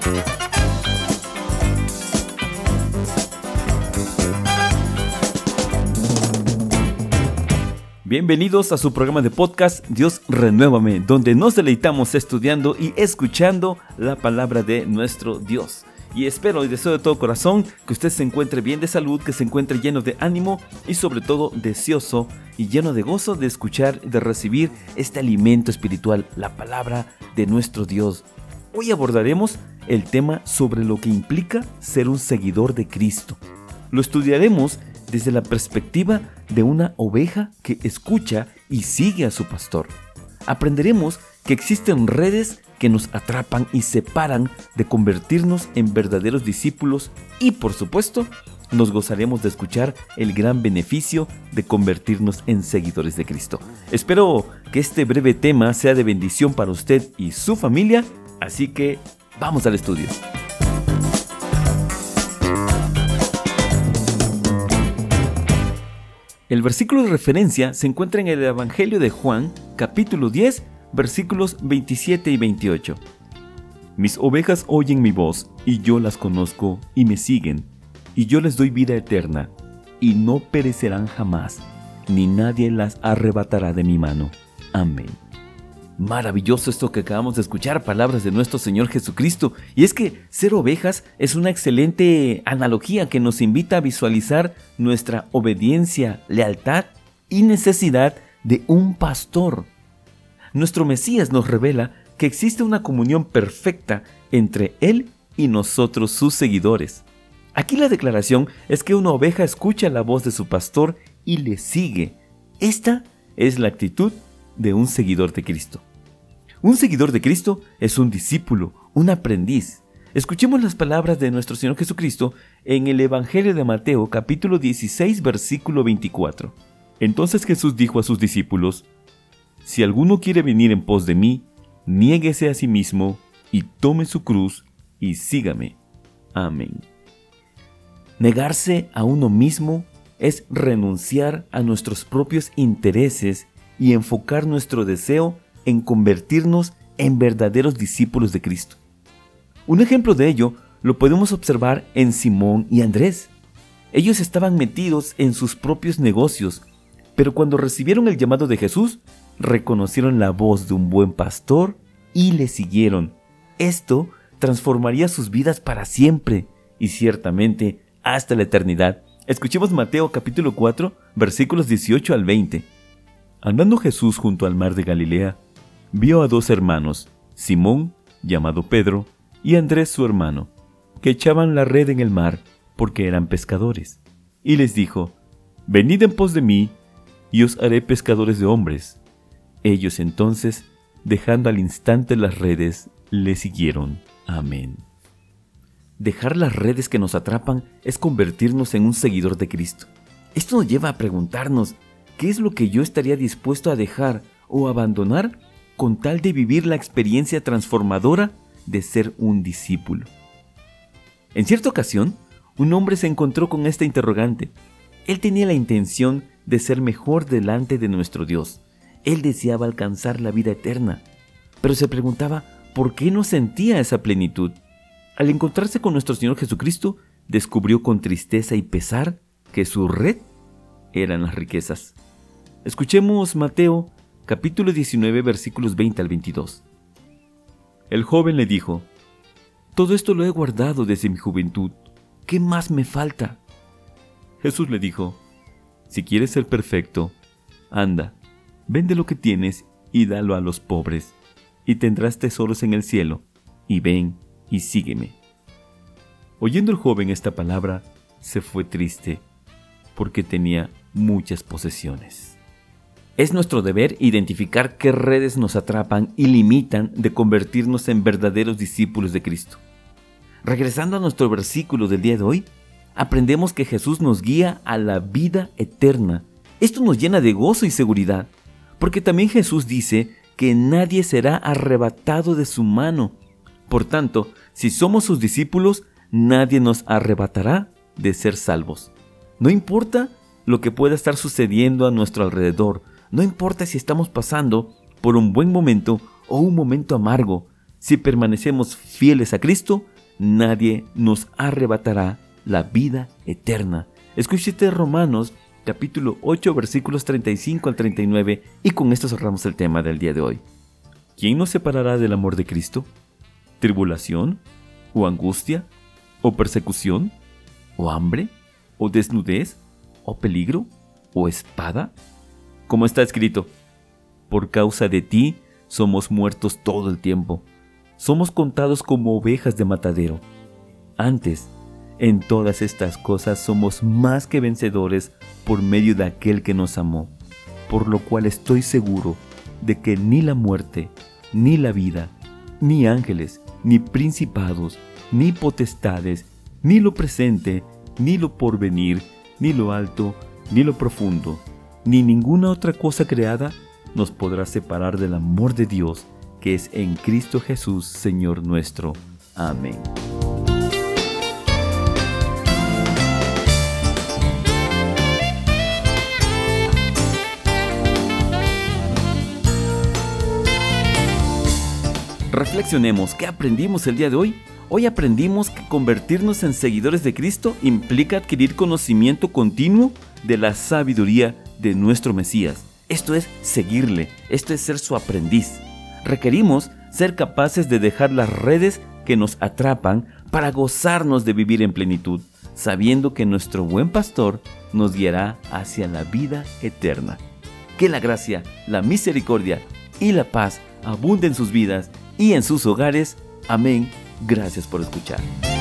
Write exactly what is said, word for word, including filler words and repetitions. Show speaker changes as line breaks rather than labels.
Bienvenidos a su programa de podcast Dios Renuévame, donde nos deleitamos estudiando y escuchando la palabra de nuestro Dios. Y espero y deseo de todo corazón que usted se encuentre bien de salud, que se encuentre lleno de ánimo y sobre todo deseoso y lleno de gozo de escuchar y de recibir este alimento espiritual, la palabra de nuestro Dios. Hoy abordaremos el tema sobre lo que implica ser un seguidor de Cristo. Lo estudiaremos desde la perspectiva de una oveja que escucha y sigue a su pastor. Aprenderemos que existen redes que nos atrapan y separan de convertirnos en verdaderos discípulos y, por supuesto, nos gozaremos de escuchar el gran beneficio de convertirnos en seguidores de Cristo. Espero que este breve tema sea de bendición para usted y su familia, así que vamos al estudio. El versículo de referencia se encuentra en el Evangelio de Juan, capítulo diez, versículos veintisiete y veintiocho. Mis ovejas oyen mi voz, y yo las conozco, y me siguen, y yo les doy vida eterna, y no perecerán jamás, ni nadie las arrebatará de mi mano. Amén. Maravilloso esto que acabamos de escuchar, palabras de nuestro Señor Jesucristo. Y es que ser ovejas es una excelente analogía que nos invita a visualizar nuestra obediencia, lealtad y necesidad de un pastor. Nuestro Mesías nos revela que existe una comunión perfecta entre Él y nosotros, sus seguidores. Aquí la declaración es que una oveja escucha la voz de su pastor y le sigue. Esta es la actitud de un seguidor de Cristo. Un seguidor de Cristo es un discípulo, un aprendiz. Escuchemos las palabras de nuestro Señor Jesucristo en el Evangelio de Mateo, capítulo dieciséis, versículo veinticuatro. Entonces Jesús dijo a sus discípulos: Si alguno quiere venir en pos de mí, niéguese a sí mismo y tome su cruz y sígame. Amén. Negarse a uno mismo es renunciar a nuestros propios intereses y enfocar nuestro deseo en convertirnos en verdaderos discípulos de Cristo. Un ejemplo de ello lo podemos observar en Simón y Andrés. Ellos estaban metidos en sus propios negocios, pero cuando recibieron el llamado de Jesús, reconocieron la voz de un buen pastor y le siguieron. Esto transformaría sus vidas para siempre y ciertamente hasta la eternidad. Escuchemos Mateo capítulo cuatro, versículos dieciocho al veinte. Andando Jesús junto al mar de Galilea, vio a dos hermanos, Simón, llamado Pedro, y Andrés su hermano, que echaban la red en el mar, porque eran pescadores. Y les dijo: Venid en pos de mí, y os haré pescadores de hombres. Ellos entonces, dejando al instante las redes, le siguieron. Amén. Dejar las redes que nos atrapan es convertirnos en un seguidor de Cristo. Esto nos lleva a preguntarnos: ¿qué es lo que yo estaría dispuesto a dejar o abandonar con tal de vivir la experiencia transformadora de ser un discípulo? En cierta ocasión, un hombre se encontró con esta interrogante. Él tenía la intención de ser mejor delante de nuestro Dios. Él deseaba alcanzar la vida eterna, pero se preguntaba por qué no sentía esa plenitud. Al encontrarse con nuestro Señor Jesucristo, descubrió con tristeza y pesar que su red eran las riquezas. Escuchemos Mateo capítulo diecinueve, versículos veinte al veintidós. El joven le dijo: Todo esto lo he guardado desde mi juventud. ¿Qué más me falta? Jesús le dijo: Si quieres ser perfecto, anda, vende lo que tienes y dalo a los pobres, y tendrás tesoros en el cielo, y ven y sígueme. Oyendo el joven esta palabra, se fue triste, porque tenía muchas posesiones. Es nuestro deber identificar qué redes nos atrapan y limitan de convertirnos en verdaderos discípulos de Cristo. Regresando a nuestro versículo del día de hoy, aprendemos que Jesús nos guía a la vida eterna. Esto nos llena de gozo y seguridad, porque también Jesús dice que nadie será arrebatado de su mano. Por tanto, si somos sus discípulos, nadie nos arrebatará de ser salvos. No importa lo que pueda estar sucediendo a nuestro alrededor, no importa si estamos pasando por un buen momento o un momento amargo, si permanecemos fieles a Cristo, nadie nos arrebatará la vida eterna. Escuche Romanos capítulo ocho, versículos treinta y cinco al treinta y nueve, y con esto cerramos el tema del día de hoy. ¿Quién nos separará del amor de Cristo? ¿Tribulación? ¿O angustia? ¿O persecución? ¿O hambre? ¿O desnudez? ¿O peligro? ¿O espada? Como está escrito, por causa de ti somos muertos todo el tiempo. Somos contados como ovejas de matadero. Antes, en todas estas cosas somos más que vencedores por medio de aquel que nos amó, por lo cual estoy seguro de que ni la muerte, ni la vida, ni ángeles, ni principados, ni potestades, ni lo presente, ni lo porvenir, ni lo alto, ni lo profundo, ni ninguna otra cosa creada nos podrá separar del amor de Dios que es en Cristo Jesús, Señor nuestro. Amén. Reflexionemos, ¿qué aprendimos el día de hoy? Hoy aprendimos que convertirnos en seguidores de Cristo implica adquirir conocimiento continuo de la sabiduría de nuestro Mesías. Esto es seguirle, esto es ser su aprendiz. Requerimos ser capaces de dejar las redes que nos atrapan para gozarnos de vivir en plenitud, sabiendo que nuestro buen pastor nos guiará hacia la vida eterna. Que la gracia, la misericordia y la paz abunden en sus vidas y en sus hogares. Amén. Gracias por escuchar.